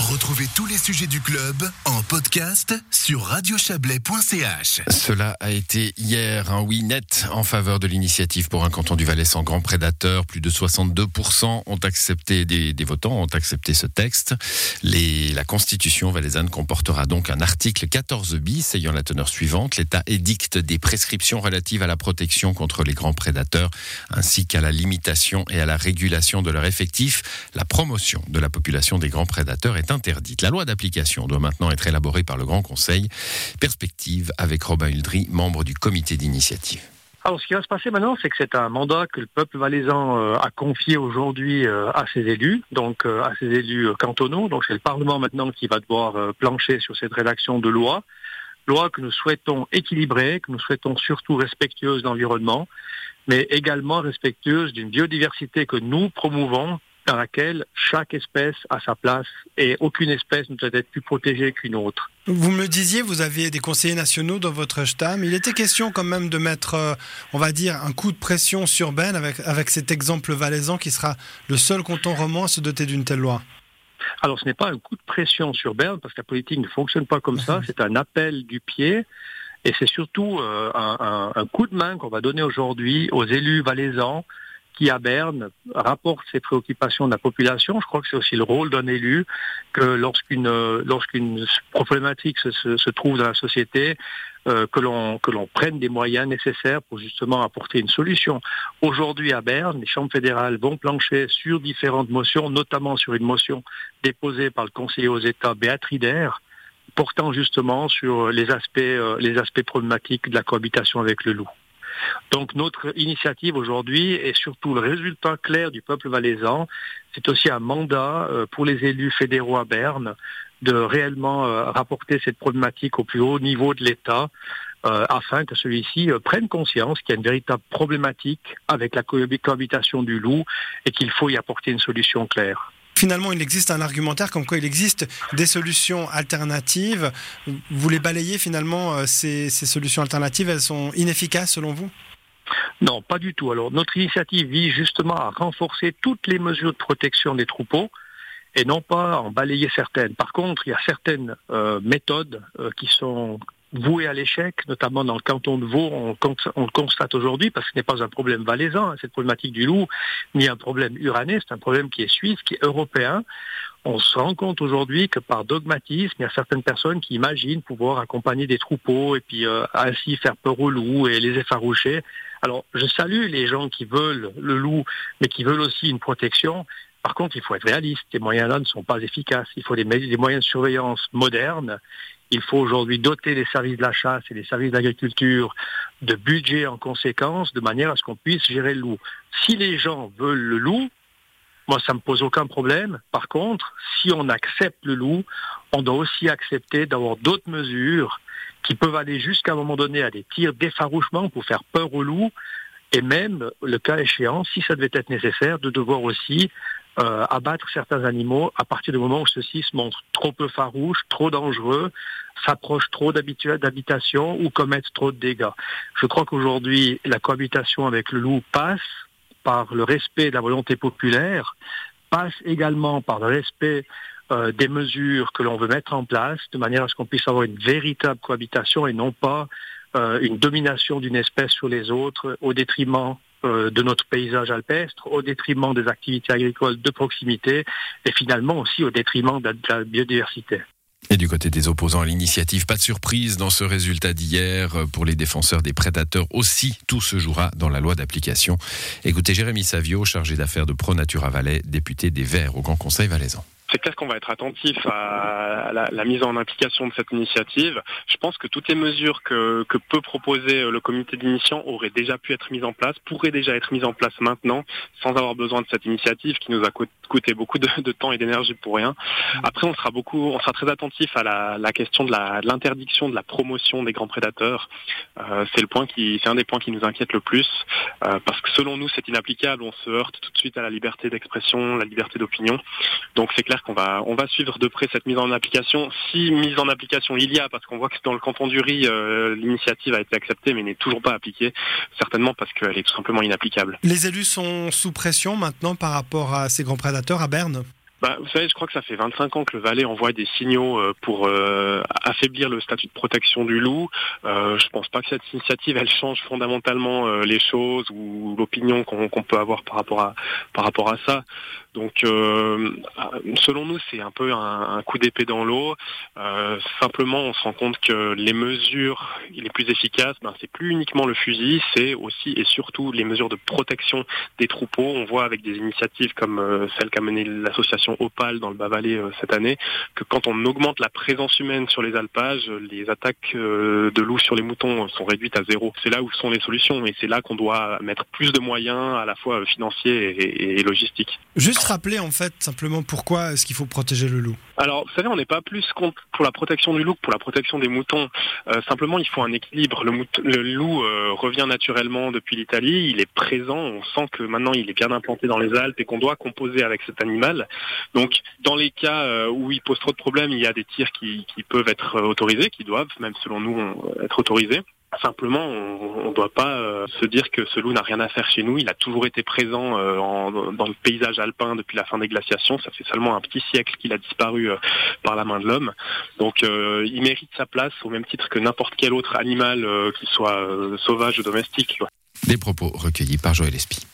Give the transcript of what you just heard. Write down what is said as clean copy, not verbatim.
Retrouvez tous les sujets du club en podcast sur radiochablais.ch. Cela a été hier un oui net en faveur de l'initiative pour un canton du Valais sans grand prédateur. Plus de 62% ont accepté, des votants ont accepté ce texte. La Constitution valaisanne comportera donc un article 14 bis ayant la teneur suivante. L'État édicte des prescriptions relatives à la protection contre les grands prédateurs ainsi qu'à la limitation et à la régulation de leur effectif. La promotion de la population des grands prédateurs est interdite. La loi d'application doit maintenant être élaborée par le Grand Conseil. Perspective avec Robin Huldry, membre du comité d'initiative. Alors, ce qui va se passer maintenant, c'est que c'est un mandat que le peuple valaisan a confié aujourd'hui à ses élus, donc à ses élus cantonaux. Donc, c'est le Parlement maintenant qui va devoir plancher sur cette rédaction de loi que nous souhaitons équilibrée, que nous souhaitons surtout respectueuse de l'environnement, mais également respectueuse d'une biodiversité que nous promouvons, dans laquelle chaque espèce a sa place et aucune espèce ne doit être plus protégée qu'une autre. Vous me disiez, vous aviez des conseillers nationaux dans votre Stam. Il était question quand même de mettre, on va dire, un coup de pression sur Berne avec cet exemple valaisan qui sera le seul canton roman à se doter d'une telle loi. Alors ce n'est pas un coup de pression sur Berne parce que la politique ne fonctionne pas comme ça, c'est un appel du pied. Et c'est surtout un coup de main qu'on va donner aujourd'hui aux élus valaisans qui, à Berne, rapportent ces préoccupations de la population. Je crois que c'est aussi le rôle d'un élu que lorsqu'une problématique se trouve dans la société, que l'on prenne des moyens nécessaires pour justement apporter une solution. Aujourd'hui, à Berne, les chambres fédérales vont plancher sur différentes motions, notamment sur une motion déposée par le conseiller aux États, Beat Rieder, portant justement sur les aspects problématiques de la cohabitation avec le loup. Donc notre initiative aujourd'hui est surtout le résultat clair du peuple valaisan. C'est aussi un mandat pour les élus fédéraux à Berne de réellement rapporter cette problématique au plus haut niveau de l'État afin que celui-ci prenne conscience qu'il y a une véritable problématique avec la cohabitation du loup et qu'il faut y apporter une solution claire. Finalement, il existe un argumentaire comme quoi il existe des solutions alternatives. Vous les balayez finalement, ces solutions alternatives, elles sont inefficaces selon vous ? Non, pas du tout. Alors, notre initiative vise justement à renforcer toutes les mesures de protection des troupeaux et non pas à en balayer certaines. Par contre, il y a certaines méthodes qui sont vouées à l'échec, notamment dans le canton de Vaud, on le constate aujourd'hui, parce que ce n'est pas un problème valaisan, cette problématique du loup, ni un problème uranais, c'est un problème qui est suisse, qui est européen. On se rend compte aujourd'hui que par dogmatisme, il y a certaines personnes qui imaginent pouvoir accompagner des troupeaux et puis ainsi faire peur aux loups et les effaroucher. Alors, je salue les gens qui veulent le loup, mais qui veulent aussi une protection. Par contre, il faut être réaliste. Ces moyens-là ne sont pas efficaces. Il faut des moyens de surveillance modernes. Il faut aujourd'hui doter les services de la chasse et les services d'agriculture de budget en conséquence, de manière à ce qu'on puisse gérer le loup. Si les gens veulent le loup, moi, ça me pose aucun problème. Par contre, si on accepte le loup, on doit aussi accepter d'avoir d'autres mesures qui peuvent aller jusqu'à un moment donné à des tirs d'effarouchement pour faire peur au loup, et même, le cas échéant, si ça devait être nécessaire, de devoir aussi abattre certains animaux à partir du moment où ceux-ci se montrent trop peu farouches, trop dangereux, s'approchent trop d'habitations ou commettent trop de dégâts. Je crois qu'aujourd'hui, la cohabitation avec le loup passe par le respect de la volonté populaire, passe également par le respect des mesures que l'on veut mettre en place, de manière à ce qu'on puisse avoir une véritable cohabitation et non pas une domination d'une espèce sur les autres au détriment de notre paysage alpestre, au détriment des activités agricoles de proximité et finalement aussi au détriment de la biodiversité. Et du côté des opposants à l'initiative, pas de surprise dans ce résultat d'hier. Pour les défenseurs des prédateurs aussi, tout se jouera dans la loi d'application. Écoutez Jérémy Savio, chargé d'affaires de ProNatura Valais, député des Verts au Grand Conseil valaisan. C'est clair qu'on va être attentif à la mise en application de cette initiative. Je pense que toutes les mesures que peut proposer le comité d'initiation auraient déjà pu être mises en place, pourraient déjà être mises en place maintenant, sans avoir besoin de cette initiative qui nous a coûté beaucoup de temps et d'énergie pour rien. Après, on sera très attentif à la question de l'interdiction de la promotion des grands prédateurs. C'est un des points qui nous inquiète le plus, parce que selon nous, c'est inapplicable. On se heurte tout de suite à la liberté d'expression, la liberté d'opinion. Donc c'est clair qu'on va suivre de près cette mise en application. Si mise en application il y a, parce qu'on voit que dans le canton du Riz, l'initiative a été acceptée mais n'est toujours pas appliquée, certainement parce qu'elle est tout simplement inapplicable. Les élus sont sous pression maintenant par rapport à ces grands prédateurs à Berne ? Vous savez, je crois que ça fait 25 ans que le Valais envoie des signaux pour affaiblir le statut de protection du loup. Je pense pas que cette initiative, elle change fondamentalement les choses ou l'opinion qu'on peut avoir par rapport à ça. Donc, selon nous, c'est un peu un coup d'épée dans l'eau. Simplement, on se rend compte que les mesures les plus efficaces, c'est plus uniquement le fusil, c'est aussi et surtout les mesures de protection des troupeaux. On voit avec des initiatives comme celle qu'a menée l'association Opale dans le Bas-Valais cette année, que quand on augmente la présence humaine sur les alpages, les attaques de loups sur les moutons sont réduites à zéro. C'est là où sont les solutions et c'est là qu'on doit mettre plus de moyens à la fois financiers et logistiques. Juste rappeler en fait simplement pourquoi est-ce qu'il faut protéger le loup. Alors, vous savez, on n'est pas plus contre pour la protection du loup que pour la protection des moutons. Simplement, il faut un équilibre. Le loup revient naturellement depuis l'Italie. Il est présent. On sent que maintenant, il est bien implanté dans les Alpes et qu'on doit composer avec cet animal. Donc, dans les cas où il pose trop de problèmes, il y a des tirs qui peuvent être autorisés, qui doivent, même selon nous, être autorisés. Simplement, on ne doit pas se dire que ce loup n'a rien à faire chez nous. Il a toujours été présent dans le paysage alpin depuis la fin des glaciations. Ça fait seulement un petit siècle qu'il a disparu par la main de l'homme. Donc, il mérite sa place au même titre que n'importe quel autre animal, qu'il soit sauvage ou domestique. Des propos recueillis par Joël Espy.